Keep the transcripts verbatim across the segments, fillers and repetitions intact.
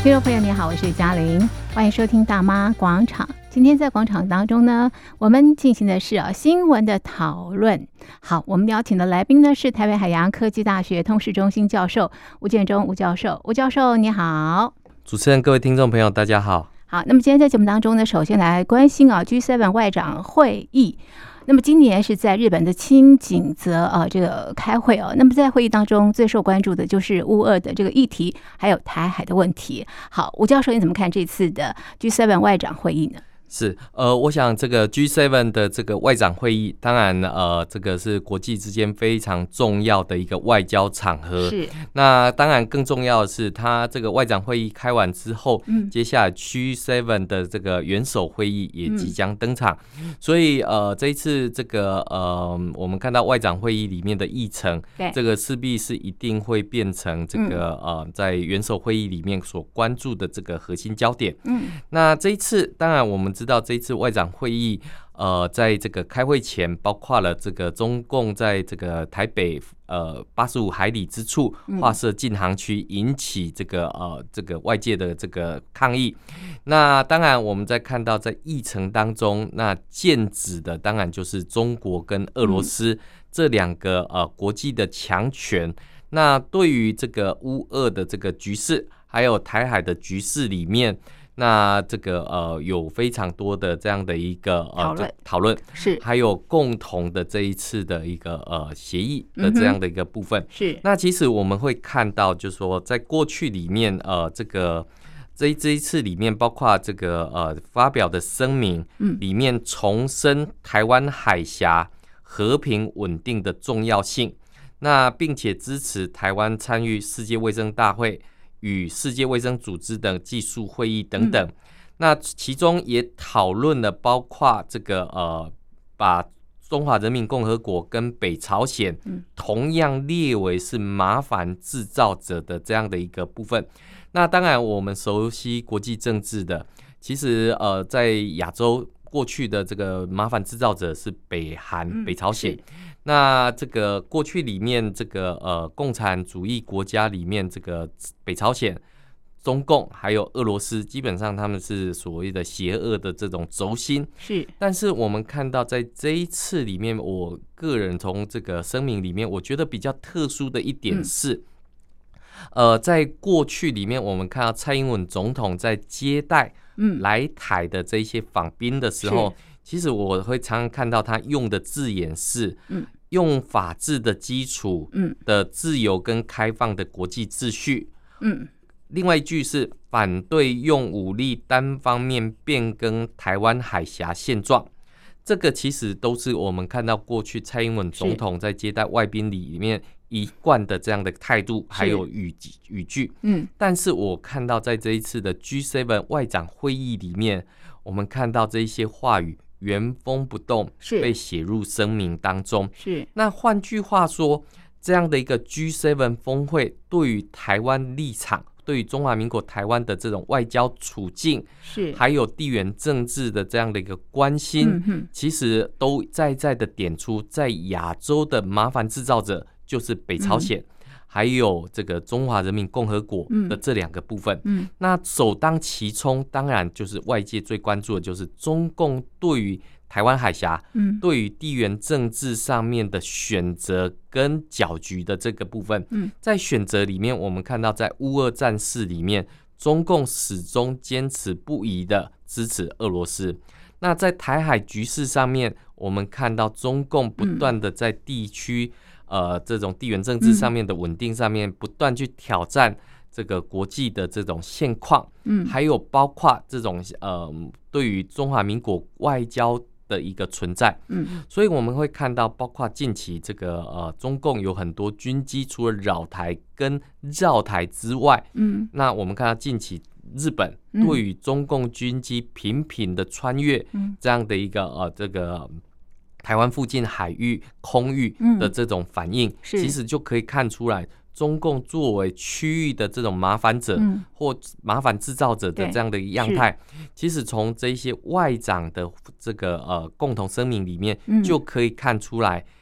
听众朋友你好，我是嘉玲，欢迎收听大妈广场。今天在广场当中呢，我们进行的是啊新闻的讨论。好，我们邀请的来宾呢是台北海洋科技大学通识中心教授吴建中吴教授。吴教授你好。 主持人，各位听众朋友大家好。 好，那么今天在节目当中呢，首先来关心啊 G 七 外长会议。那么今年是在日本的轻井泽啊这个开会啊，那么在会议当中最受关注的就是乌俄的这个议题，还有台海的问题。好，吴教授你怎么看这次的 G 七 外长会议呢？ 是，呃，我想这个 G 七 的这个外长会议，当然，呃，这个是国际之间非常重要的一个外交场合。 是。 那当然更重要的是，它这个外长会议开完之后， 嗯、 接下来 G 七 的这个元首会议也即将登场。嗯、所以，呃，这一次这个呃，我们看到外长会议里面的议程，这个势必是一定会变成这个、嗯、呃，在元首会议里面所关注的这个核心焦点。嗯。那这一次，当然我们知道这一次外长会议，呃，在这个开会前，包括了这个中共在这个台北呃八十五海里之处划设禁航区，引起这个呃这个外界的这个抗议。那当然，我们在看到在议程当中，那剑指的当然就是中国跟俄罗斯这两个呃国际的强权。那对于这个乌俄的这个局势，还有台海的局势里面。那这个呃有非常多的这样的一个呃讨论， 是还有共同的这一次的一个呃协议的这样的一个部分。 嗯、是。 那其实我们会看到，就是说在过去里面呃这个这一这一次里面，包括这个呃发表的声明里面重申台湾海峡和平稳定的重要性，那并且支持台湾参与世界卫生大会。与世界卫生组织的技术会议等等，嗯、那其中也讨论了包括这个呃，把中华人民共和国跟北朝鲜同样列为是麻烦制造者的这样的一个部分。那当然，我们熟悉国际政治的，其实呃，在亚洲过去的这个麻烦制造者是北韩、嗯、北朝鲜。那这个过去里面，这个呃共产主义国家里面，这个北朝鲜、中共还有俄罗斯，基本上他们是所谓的邪恶的这种轴心。 是， 但是我们看到在这一次里面，我个人从这个声明里面，我觉得比较特殊的一点是，嗯、呃，在过去里面，我们看到蔡英文总统在接待来台的这些访宾的时候。其实我会常常看到他用的字眼是，嗯，用法治的基础的自由跟开放的国际秩序，嗯，另外一句是反对用武力单方面变更台湾海峡现状。这个其实都是我们看到过去蔡英文总统在接待外宾里面一贯的这样的态度，还有语语句。嗯，但是我看到在这一次的 G 七 外长会议里面，我们看到这一些话语。原封不动被写入声明当中。 是， 那换句话说，这样的一个 G 七 峰会对于台湾立场，对于中华民国台湾的这种外交处境， 是还有地缘政治的这样的一个关心， 嗯、 其实都在在的点出，在亚洲的麻烦制造者就是北朝鲜。嗯还有这个中华人民共和国的这两个部分，嗯，那首当其冲，当然就是外界最关注的，就是中共对于台湾海峡，嗯，对于地缘政治上面的选择跟搅局的这个部分，嗯，在选择里面，我们看到在乌俄战事里面，中共始终坚持不移的支持俄罗斯。那在台海局势上面，我们看到中共不断的在地区。呃，这种地缘政治上面的稳定上面，不断去挑战这个国际的这种现况，嗯，还有包括这种呃，对于中华民国外交的一个存在，嗯，所以我们会看到，包括近期这个呃，中共有很多军机除了扰台跟绕台之外，嗯，那我们看到近期日本对于中共军机频频的穿越这样的一个呃这个。台湾附近海域、空域的这种反应，嗯、其实就可以看出来，中共作为区域的这种麻烦者、嗯、或麻烦制造者的这样的一个样态，其实从这些外长的这个呃共同声明里面，就可以看出来，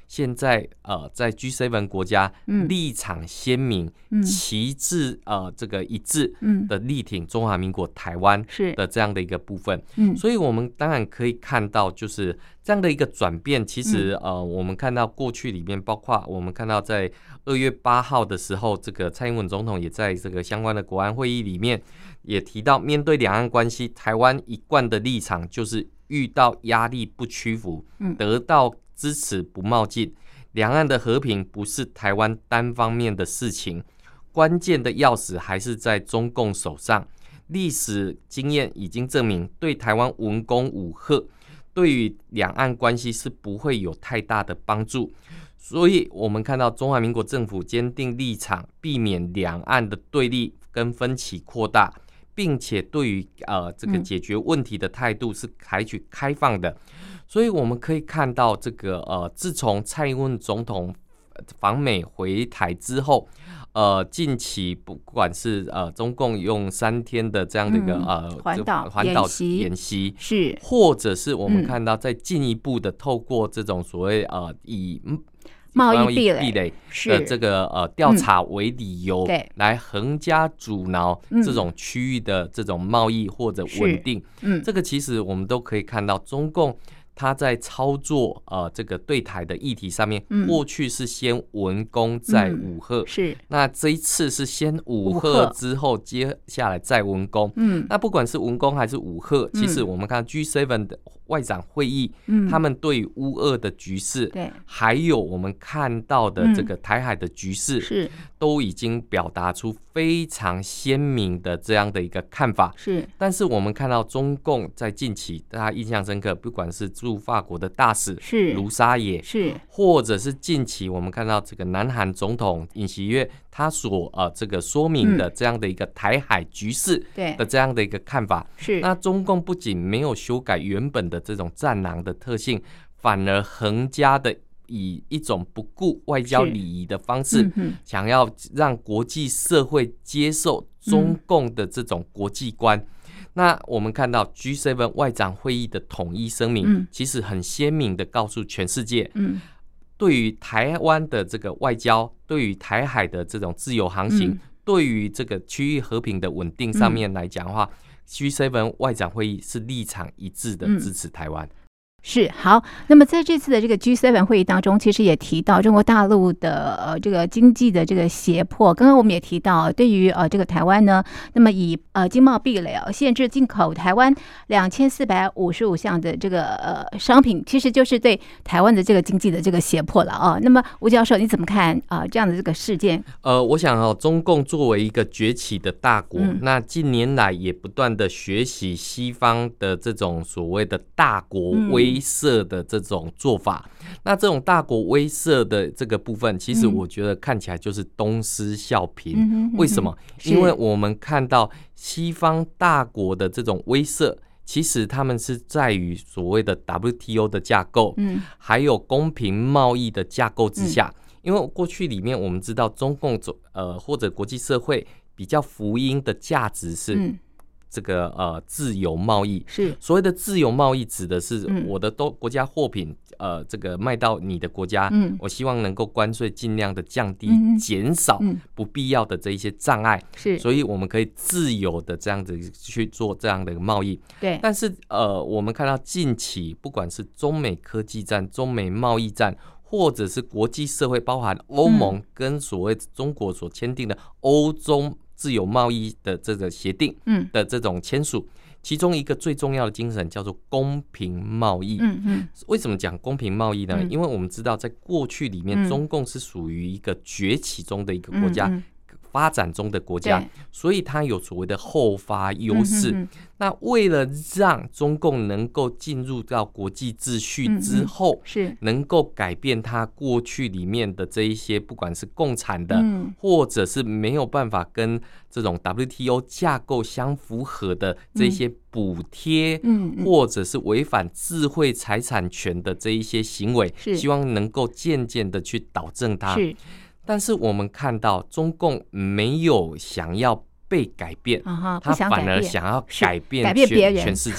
现在呃在 G 七 国家立场鲜明、嗯、旗帜呃这个一致的力挺中华民国台湾的这样的一个部分。嗯，所以我们当然可以看到，就是这样的一个转变。其实呃，我们看到过去里面，包括我们看到在二月八号的时候，这个蔡英文总统也在这个相关的国安会议里面也提到，面对两岸关系，台湾一贯的立场就是遇到压力不屈服，得到支持不冒进。两岸的和平不是台湾单方面的事情，关键的钥匙还是在中共手上。历史经验已经证明，对台湾文攻武吓，对于两岸关系是不会有太大的帮助。所以我们看到中华民国政府坚定立场，避免两岸的对立跟分歧扩大，并且对于呃这个解决问题的态度是采取开放的。所以我们可以看到，这个呃，自从蔡英文总统访美回台之后，呃，近期不管是呃中共用三天的这样的一个、嗯、呃环岛环岛演习， 是， 或者是我们看到再进一步的透过这种所谓呃以贸易壁垒的这个呃调查为理由，嗯、来横加阻挠这种区域的这种贸易或者稳定。嗯，这个其实我们都可以看到，中共他在操作呃这个对台的议题上面，嗯、过去是先文攻再武吓，嗯、是。那这一次是先武吓之后，接下来再文攻。嗯，那不管是文攻还是武吓，嗯、其实我们看 G 七 的外长会议，嗯、他们对于乌俄的局势，对，还有我们看到的这个台海的局势，嗯、是都已经表达出非常鲜明的这样的一个看法。是，但是我们看到中共在近期，大家印象深刻，不管是驻法国的大使是卢沙野，是，或者是近期我们看到这个南韩总统尹锡悦他所呃这个说明的这样的一个台海局势的这样的一个看法，是。那中共不仅没有修改原本的这种战狼的特性，反而横加的以一种不顾外交礼仪的方式，嗯、想要让国际社会接受中共的这种国际观。嗯、那我们看到 G 七 外长会议的统一声明，嗯、其实很鲜明的告诉全世界，嗯、对于台湾的这个外交，对于台海的这种自由航行，嗯、对于这个区域和平的稳定上面来讲的话，嗯、G 七 外长会议是立场一致的支持台湾。嗯是好，那么在这次的这个 G 七 会议当中，其实也提到中国大陆的呃这个经济的这个胁迫。刚刚我们也提到，对于呃这个台湾呢，那么以呃经贸壁垒啊，限制进口台湾两千四百五十五项的这个呃商品，其实就是对台湾的这个经济的这个胁迫了啊。那么吴教授，你怎么看啊、呃、这样的这个事件？ 呃，我想哦，中共作为一个崛起的大国，嗯、那近年来也不断的学习西方的这种所谓的大国威。威慑的这种做法，那这种大国威慑的这个部分，其实我觉得看起来就是东施效颦。嗯、为什么？因为我们看到西方大国的这种威慑，其实他们是在于所谓的 W T O 的架构，嗯、还有公平贸易的架构之下。嗯、因为过去里面我们知道，中共呃或者国际社会比较福音的价值是。嗯这个呃自由贸易，是所谓的自由贸易，指的是我的都国家货品，嗯、呃，这个卖到你的国家，嗯、我希望能够关税尽量的降低，减、嗯、少不必要的这一些障碍，是，所以我们可以自由的这样子去做这样的贸易。对，但是呃，我们看到近期不管是中美科技战、中美贸易战，或者是国际社会，包含欧盟跟所谓中国所签订的欧中。自由贸易的这个协定的这种签署，嗯、其中一个最重要的精神叫做公平贸易。嗯嗯、为什么讲公平贸易呢？嗯、因为我们知道，在过去里面，嗯、中共是属于一个崛起中的一个国家。嗯嗯发展中的国家，所以它有所谓的后发优势。嗯、那为了让中共能够进入到国际秩序之后，嗯、是能够改变它过去里面的这一些，不管是共产的，嗯、或者是没有办法跟这种 W T O 架构相符合的这些补贴，嗯、或者是违反智慧财产权的这一些行为，希望能够渐渐的去导正它。是但是我们看到中共没有想要被改变，uh-huh, 他反而想要改变全, 改变别人全世界。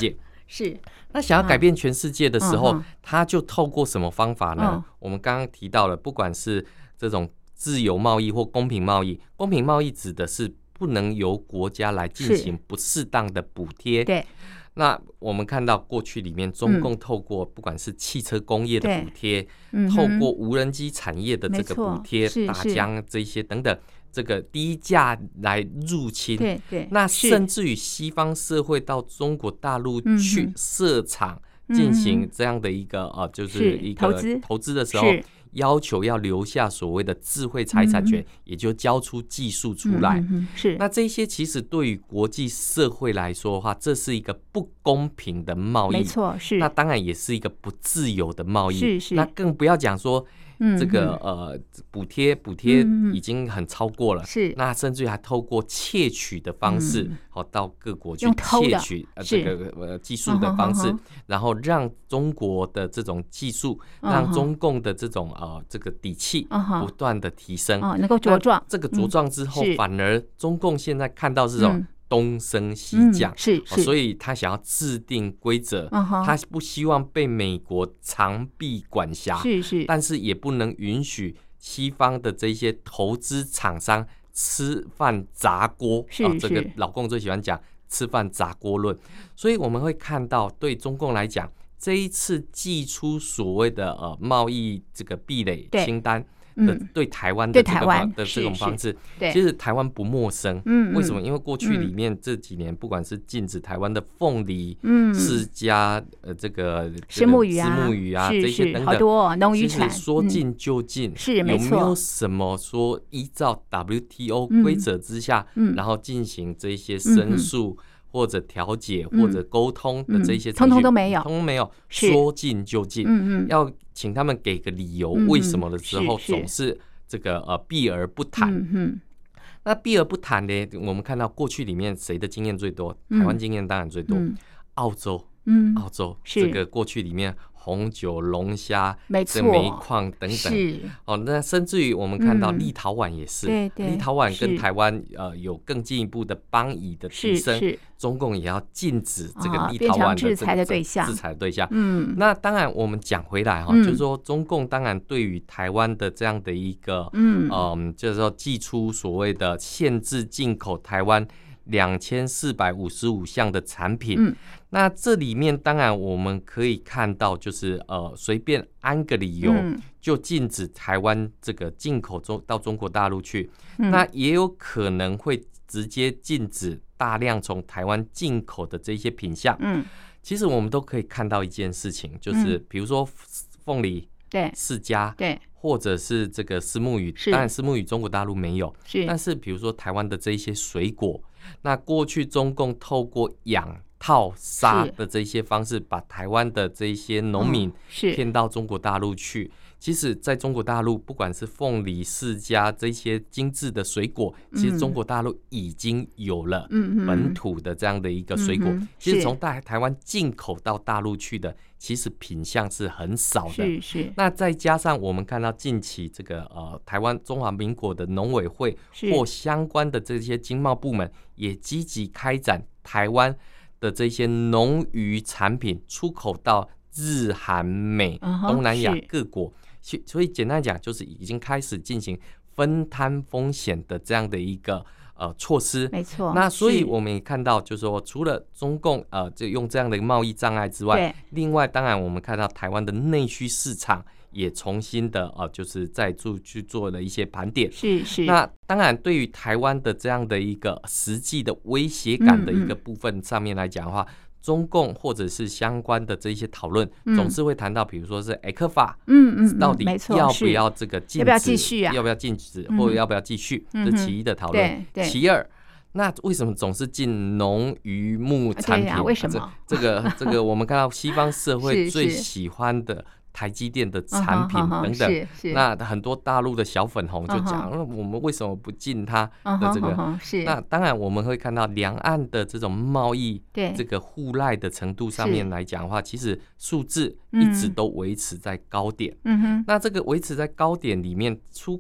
是。 那想要改变全世界的时候， 嗯嗯、 他就透过什么方法呢？ 嗯、 我们刚刚提到了，不管是这种自由贸易或公平贸易，公平贸易指的是不能由国家来进行不适当的补贴。 对。 那我们看到过去里面，中共透过不管是汽车工业的补贴， 嗯、 透过无人机产业的这个补贴，打浆这些等等，这个低价来入侵。 对对。 那甚至于西方社会到中国大陆去设厂进行这样的一个、嗯、呃，就是一个投资投资的时候，要求要留下所谓的智慧财产权，嗯、也就交出技术出来。 嗯、是。 那这些其实对于国际社会来说的话，这是一个不公平的贸易， 没错，是。 那当然也是一个不自由的贸易， 是是。 那更不要讲说。这个呃补贴补贴已经很超过了， 是、嗯、 那甚至于还透过窃取的方式，好、嗯、到各国去窃取呃这个呃技术的方式，嗯、然后让中国的这种技术，嗯、让中共的这种呃这个底气不断的提升， 嗯、能够茁壮。 这个茁壮之后，嗯、反而中共现在看到这种。嗯东升西降、 嗯、是是、 哦，所以他想要制定规则， 嗯、 他不希望被美国长臂管辖， 是是， 但是也不能允许西方的这些投资厂商吃饭砸锅， 是、 哦、这个老共最喜欢讲吃饭砸锅论，所以我们会看到，对中共来讲，这一次祭出所谓的呃贸易这个壁垒清单。的对台湾的这个方的这种方式，其实台湾不陌生。 嗯， 为什么？因为过去里面这几年，不管是禁止台湾的凤梨、嗯、释迦、呃这个虱目鱼啊、 虱目鱼啊这些等等， 好多农渔产， 其实说禁就禁， 是有没有什么说依照 W T O 规则之下， 嗯、 然后进行这些申诉？嗯或者调解或者沟通的这些程序，嗯嗯、通通都没有， 通通没有，说禁就禁。 嗯嗯， 要请他们给个理由， 嗯、 为什么的时候， 是是总是这个呃避而不谈。 嗯嗯， 那避而不谈呢？我们看到过去里面谁的经验最多？台湾经验当然最多。 嗯、 澳洲， 嗯， 澳洲这个过去里面。红酒、龙虾、 没错， 煤矿等等， 是哦。那甚至于我们看到立陶宛也是， 嗯、对对， 立陶宛跟台湾呃有更进一步的邦谊的提升， 是是中共也要禁止这个立陶宛的、这个、 制裁的对象， 制裁的对象。 嗯， 那当然我们讲回来哈、哦，嗯、就是说中共当然对于台湾的这样的一个，嗯嗯、呃，就是说祭出所谓的限制进口台湾两千四百五十五项的产品。嗯，那这里面当然我们可以看到，就是呃随便安个理由就禁止台湾这个进口中到中国大陆去，嗯、那也有可能会直接禁止大量从台湾进口的这些品项。嗯，其实我们都可以看到一件事情，就是比如说凤梨、 对释迦， 对。 或者是这个虱目鱼，当然虱目鱼中国大陆没有， 是， 但是比如说台湾的这一些水果，那过去中共透过养套杀的这些方式，把台湾的这些农民骗到中国大陆去。其实在中国大陆，不管是凤梨、释迦这些精致的水果，其实中国大陆已经有了本土的这样的一个水果。其实从大台湾进口到大陆去的，其实品项是很少的。 是是。 那再加上我们看到近期这个呃台湾中华民国的农委会或相关的这些经贸部门，也积极开展台湾的这些农渔产品出口到日韩美、uh-huh, 东南亚各国。所以简单讲，就是已经开始进行分摊风险的这样的一个呃措施。 没错。 那所以我们也看到，就是说，除了中共呃就用这样的贸易障碍之外，另外当然我们看到台湾的内需市场也重新的呃就是在做去做了一些盘点。 是是。 那当然，对于台湾的这样的一个实际的威胁感的一个部分上面来讲的话。嗯嗯中共或者是相关的这些讨论，嗯、总是会谈到，比如说是 E C F A， 嗯嗯， 到底要不要这个禁止， 要不要继续啊？ 要不要禁止，或者要不要继续？嗯、这是其一的讨论。其二，那为什么总是禁农渔牧产品？ 啊、为什么？ 啊、这个这个，这个、我们看到西方社会最喜欢的。台积电的产品等等， 是是那很多大陆的小粉红就讲，嗯、我们为什么不禁它的这个？ 嗯、是那当然我们会看到两岸的这种贸易，这个互赖的程度上面来讲的话，其实数字一直都维持在高点。嗯哼，那这个维持在高点里面，出口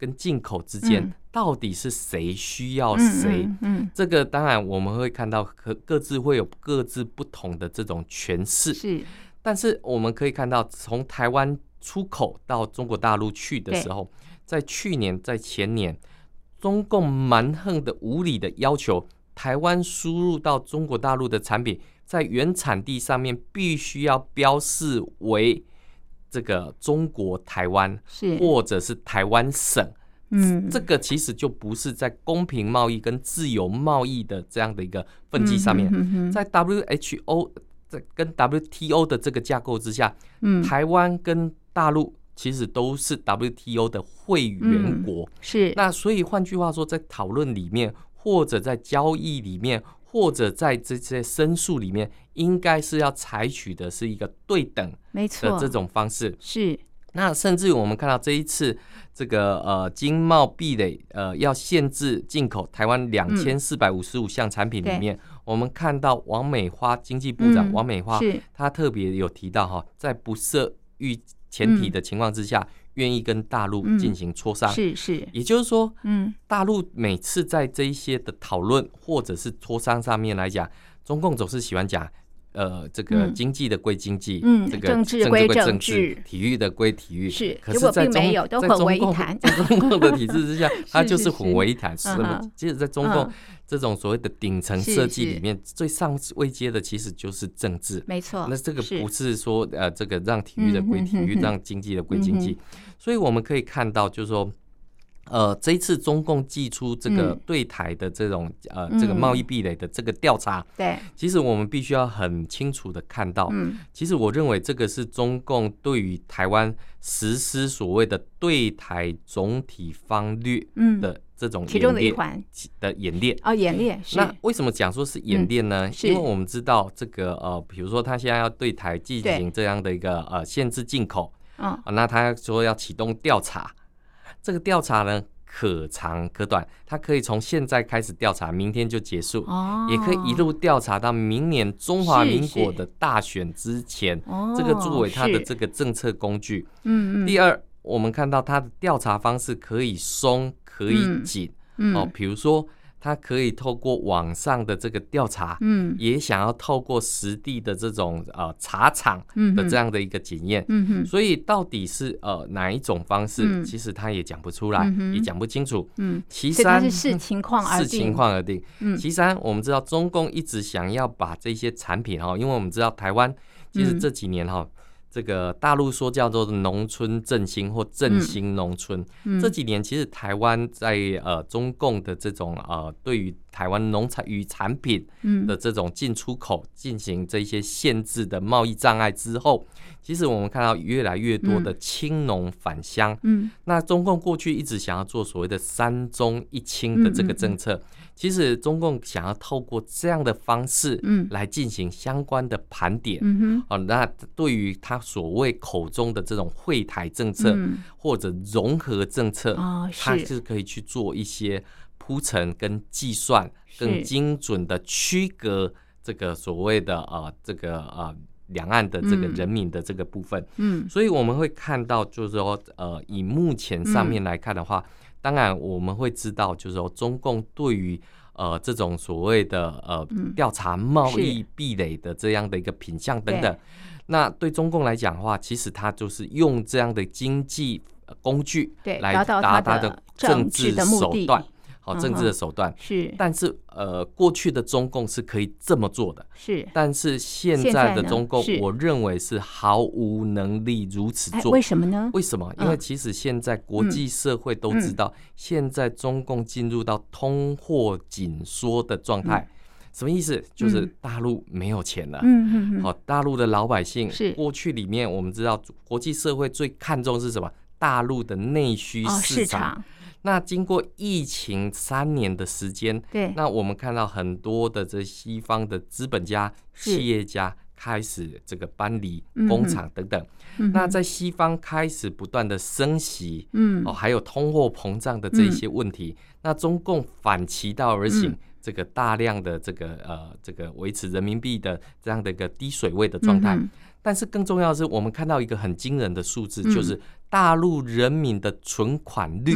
跟进口之间、嗯、到底是谁需要谁、嗯嗯嗯、这个当然我们会看到各自会有各自不同的这种诠释，是，但是我们可以看到从台湾出口到中国大陆去的时候，在去年在前年中共蛮横的无理的要求台湾输入到中国大陆的产品在原产地上面必须要标示为这个中国台湾或者是台湾省，嗯，这个其实就不是在公平贸易跟自由贸易的这样的一个分际上面、嗯、哼哼在 W H O 跟 W T O 的这个架构之下、嗯、台湾跟大陆其实都是 W T O 的会员国、嗯、是，那所以换句话说在讨论里面或者在交易里面或者在这些申诉里面应该是要采取的是一个对等的这种方式，是，那甚至我们看到这一次这个呃经贸壁垒呃要限制进口台湾两千四百五十五项产品里面、嗯、我们看到王美花经济部长、嗯、王美花她特别有提到哈，在不涉预前提的情况之下、嗯愿意跟大陆进行磋商、嗯、是是，也就是说，嗯，大陆每次在这一些的讨论或者是磋商上面来讲，中共总是喜欢讲，呃，这个经济的归经济，嗯，这个政治归政治，体育的归体育，是，可是在中并没有都混为一谈，在中共的体制之下，它就是混为一谈。是是是，其实，在中共这种所谓的顶层设计里面，最上位阶的其实就是政治，没错。那这个不是说呃，这个让体育的归体育，让经济的归经济。所以我们可以看到，就是说。呃，这一次中共祭出这个对台的这种、嗯、呃这个贸易壁垒的这个调查，对，其实我们必须要很清楚的看到，嗯，其实我认为这个是中共对于台湾实施所谓的对台总体方略的这种演练、嗯、其中的一环的演练哦，演练是。那为什么讲说是演练呢？嗯、因为我们知道这个呃，比如说他现在要对台进行这样的一个呃限制进口，嗯、啊，那他说要启动调查。这个调查呢，可长可短，它可以从现在开始调查，明天就结束，哦、也可以一路调查到明年中华民国的大选之前，这个作为它的这个政策工具。嗯嗯。第二，我们看到它的调查方式可以松，可以紧，嗯嗯、哦，比如说。他可以透过网上的这个调查，嗯，也想要透过实地的这种呃查场的这样的一个检验，嗯哼，所以到底是呃哪一种方式，嗯、其实他也讲不出来，嗯、也讲不清楚，嗯，其三是视情况而定，视情况而定，嗯，其三我们知道中共一直想要把这些产品哈，因为我们知道台湾其实这几年哈。嗯这个大陆说叫做农村振兴或振兴农村、嗯嗯、这几年其实台湾在呃中共的这种呃对于台湾农产与产品的这种进出口进行这些限制的贸易障碍之后，其实我们看到越来越多的青农返乡、嗯、那中共过去一直想要做所谓的三中一青的这个政策、嗯嗯嗯其实中共想要透过这样的方式来进行相关的盘点、嗯哦、那对于他所谓口中的这种惠台政策、嗯、或者融合政策、哦、他是可以去做一些铺陈跟计算更精准的区隔这个所谓的呃这个呃两岸的这个人民的这个部分，嗯，所以我们会看到就是说呃以目前上面来看的话、嗯当然，我们会知道，就是说，中共对于呃这种所谓的呃调查贸易壁垒的这样的一个品项等等，那对中共来讲的话，其实它就是用这样的经济工具来达它的政治手段。好，政治的手段、嗯、是，但是呃，过去的中共是可以这么做的，是，但是现在的中共，我认为是毫无能力如此做。为什么呢？为什么？因为其实现在国际社会都知道，嗯、现在中共进入到通货紧缩的状态。嗯什么意思？就是大陆没有钱了。嗯嗯嗯。好，大陆的老百姓是过去里面，我们知道国际社会最看重是什么？大陆的内需市场。哦、市场那经过疫情三年的时间，对，那我们看到很多的这西方的资本家、企业家开始这个搬离工厂等等。嗯、那在西方开始不断的升息，嗯，哦，还有通货膨胀的这些问题，嗯、那中共反其道而行，嗯、这个大量的这个呃这个维持人民币的这样的一个低水位的状态。嗯但是更重要的是，我们看到一个很惊人的数字，嗯、就是大陆人民的存款率。嗯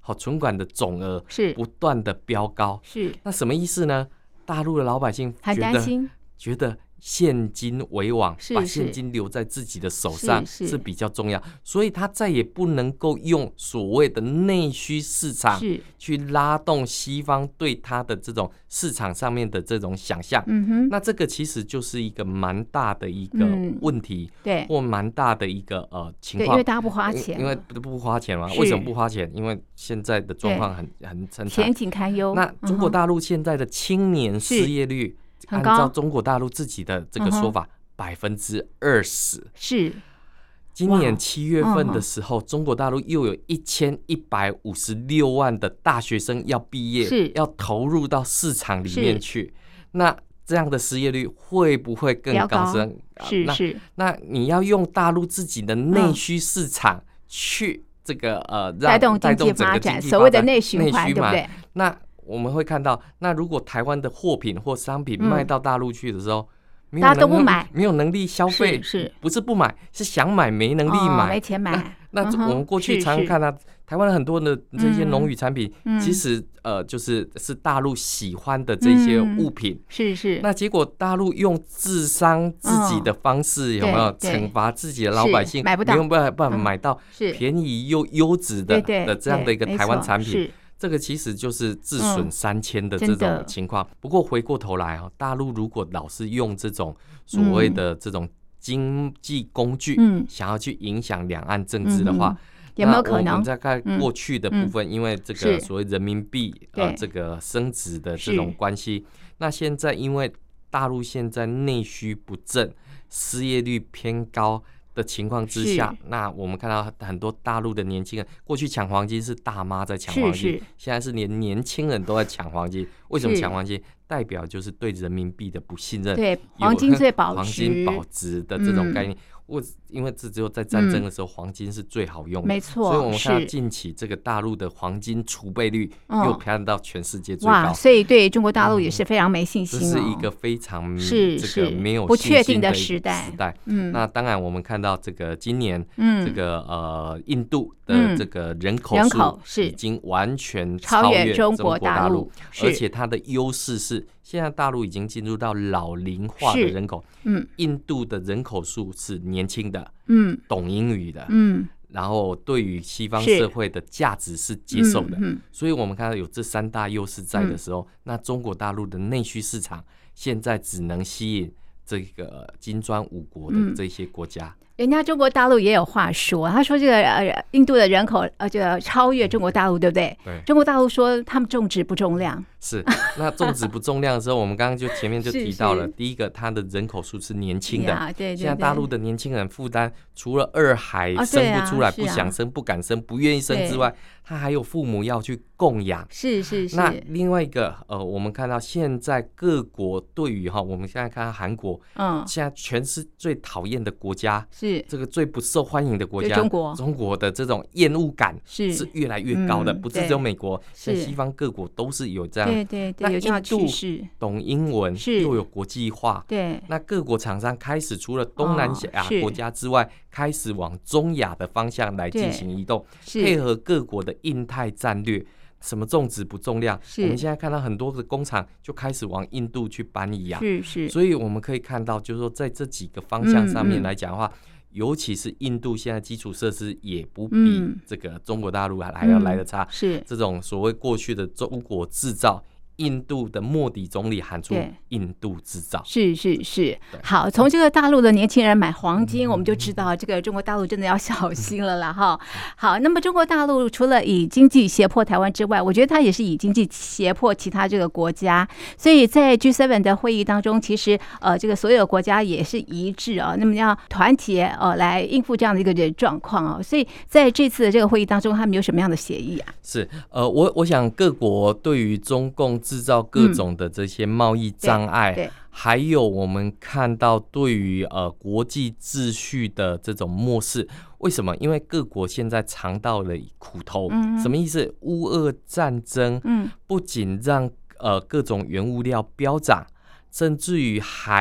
好存款的总额是不断的飙高， 是那什么意思呢？大陆的老百姓很觉得担心， 觉得现金为王， 是把现金留在自己的手上是是是比较重要，所以他再也不能够用所谓的内需市场是去拉动西方对他的这种市场上面的这种想象。 嗯哼， 那这个其实就是一个蛮大的一个问题， 嗯、对， 或蛮大的一个呃情况， 因为大家不花钱， 因为不花钱嘛。为什么不花钱？因为现在的状况很很很前景堪忧。 那中国大陆现在的青年失业率，按照中国大陆自己的这个说法，百分之二十。 是， 今年七月份的时候，中国大陆又有一千一百五十六万的大学生要毕业， 是要投入到市场里面去。那这样的失业率会不会更高升？ 是是。 那你要用大陆自己的内需市场去这个呃， 带动经济发展，所谓的内循环，对不对？ 那我们会看到，那如果台湾的货品或商品卖到大陆去的时候， 嗯、大家都不买， 没有能力消费， 是, 是不是不买，是想买没能力买， 哦、没钱买。 那, 那我们过去常常看到、啊，台湾很多的这些农渔产品， 嗯、 其实呃就是是大陆喜欢的这些物品， 嗯、是是。 那结果大陆用自伤自己的方式，嗯、有没有惩罚自己的老百姓， 买不到， 没有办法买到便宜又优质的、 嗯、 的这样的一个台湾产品？ 是。 这个其实就是自损三千的这种情况。嗯、不过回过头来哦，大陆如果老是用这种所谓的这种经济工具，嗯、想要去影响两岸政治的话， 嗯、有没有可能？ 我们在看过去的部分，嗯、因为这个所谓人民币呃这个升值的这种关系，那现在因为大陆现在内需不振，失业率偏高的情况之下，那我们看到很多大陆的年轻人，过去抢黄金是大妈在抢黄金，现在是连年轻人都在抢黄金。为什么抢黄金？代表就是对人民币的不信任。 对，黄金最保值， 黄金保值的这种概念。嗯我因为这只有在战争的时候，黄金是最好用的， 没错。 所以我们看到近期这个大陆的黄金储备率又攀到全世界最高。哇， 所以对中国大陆也是非常没信心、哦嗯、这是一个非常是这个没有不确定的时代。 时代， 嗯， 那当然我们看到这个今年，嗯，这个呃印度的这个人口数已经完全超越中国大陆，而且它的优势是。现在大陆已经进入到老龄化的人口，嗯，印度的人口数是年轻的，嗯，懂英语的，嗯，然后对于西方社会的价值是接受的，嗯嗯、所以我们看到有这三大优势在的时候，嗯、那中国大陆的内需市场现在只能吸引这个金砖五国的这些国家。嗯人家中国大陆也有话说，他说这个呃印度的人口呃就超越中国大陆，对不对？ 对。 中国大陆说他们重质不重量。 是。那重质不重量的时候，我们刚刚就前面就提到了，第一个，它的人口数是年轻的。 对对对。 现在大陆的年轻人负担，除了二孩生不出来、 啊啊、 不想生、不敢生、不愿意生之外，他还有父母要去供养。 是是是。 那另外一个呃，我们看到现在各国对于哈，我们现在看到韩国，嗯，现在全是最讨厌的国家。 是。 这个最不受欢迎的国家， 中国， 中国的这种厌恶感是是越来越高的，嗯、不是只有美国，像西方各国都是有这样。 对对对，有这样的趋势。 懂英文又有国际化， 对， 那各国厂商开始除了东南亚国家之外，哦、开始往中亚的方向来进行移动，配合各国的印太战略。什么重质不重量？我们现在看到很多的工厂就开始往印度去搬移啊， 是是。 所以我们可以看到，就是说在这几个方向上面来讲的话。嗯嗯尤其是印度现在基础设施也不比这个中国大陆还要来得差， 嗯、是这种所谓过去的中国制造。印度的莫迪总理喊出印度制造， 是是是。好，从这个大陆的年轻人买黄金，我们就知道这个中国大陆真的要小心了啦哈。好，那么中国大陆除了以经济胁迫台湾之外，我觉得它也是以经济胁迫其他这个国家。所以在 G 七 的会议当中，其实呃这个所有国家也是一致啊，那么要团结呃来应付这样的一个状况啊。所以在这次的这个会议当中，他们有什么样的协议啊？ 是呃，我我想各国对于中共制造各种的这些贸易障碍，嗯、还有我们看到对于呃国际秩序的这种漠视，为什么？因为各国现在尝到了苦头，嗯、什么意思？乌俄战争，嗯、不仅让呃各种原物料飙涨，甚至于还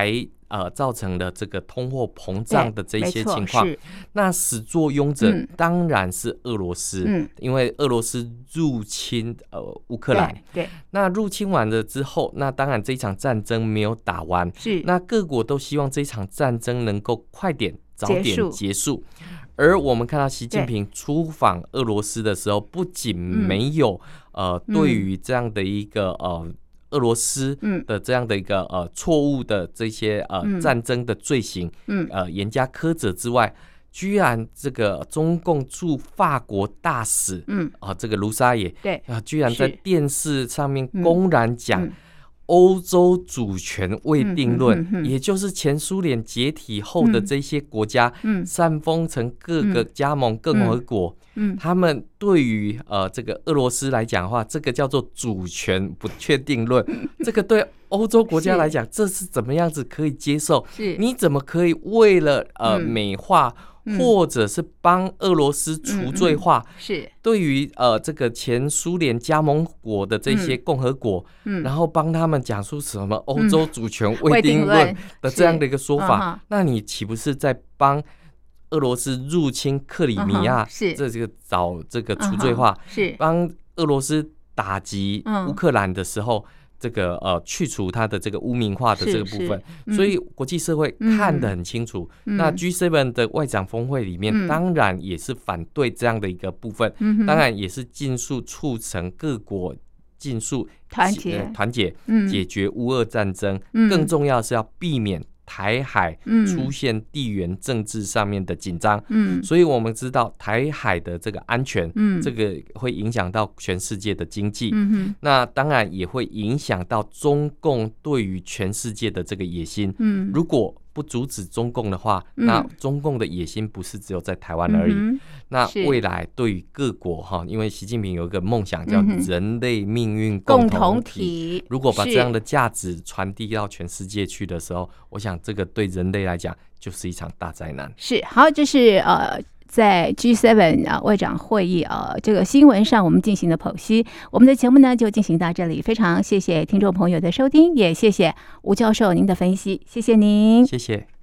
呃造成了这个通货膨胀的这些情况。那始作俑者当然是俄罗斯，嗯、因为俄罗斯入侵呃乌克兰。 对，对那入侵完了之后，那当然这一场战争没有打完， 是那各国都希望这场战争能够快点早点结束。 结束而我们看到习近平出访俄罗斯的时候，不仅没有、嗯、呃对于这样的一个呃俄罗斯的这样的一个呃错误的这些呃战争的罪行，嗯呃严加苛责之外，居然这个中共驻法国大使，嗯啊、呃、这个卢沙野， 对啊、呃、居然在电视上面公然讲。嗯欧洲主权未定论、嗯嗯嗯、也就是前苏联解体后的这些国家、嗯、散封成各个加盟共和国、嗯嗯、他们对于呃这个俄罗斯来讲的话，这个叫做主权不确定论这个对欧洲国家来讲，这是怎么样子可以接受？你怎么可以为了呃、嗯、美化或者是帮俄罗斯除罪化？ 嗯嗯、是对于呃这个前苏联加盟国的这些共和国，嗯、然后帮他们讲出什么欧洲主权未定论的这样的一个说法，嗯、那你岂不是在帮俄罗斯入侵克里米亚、嗯、这个找这个除罪化？ 是帮俄罗斯打击乌克兰的时候。这个呃去除它的这个污名化的这个部分，嗯、所以国际社会看得很清楚。嗯、那 G 七 的外长峰会里面，嗯、当然也是反对这样的一个部分，嗯、当然也是尽速促成各国尽速团结、 呃、团结、嗯、解决乌俄战争。嗯、更重要的是要避免台海出现地缘政治上面的紧张，嗯，所以我们知道台海的这个安全，嗯，这个会影响到全世界的经济，嗯哼，那当然也会影响到中共对于全世界的这个野心，嗯，如果不阻止中共的话，嗯、那中共的野心不是只有在台湾而已。嗯、那未来对于各国哈，因为习近平有一个梦想叫人类命运共同体，如果把这样的价值传递到全世界去的时候，我想这个对人类来讲就是一场大灾难。 是，好，这是呃。在 G 七 啊外长会议啊这个新闻上，我们进行的剖析。我们的节目呢就进行到这里，非常谢谢听众朋友的收听，也谢谢吴教授您的分析，谢谢您， 谢谢。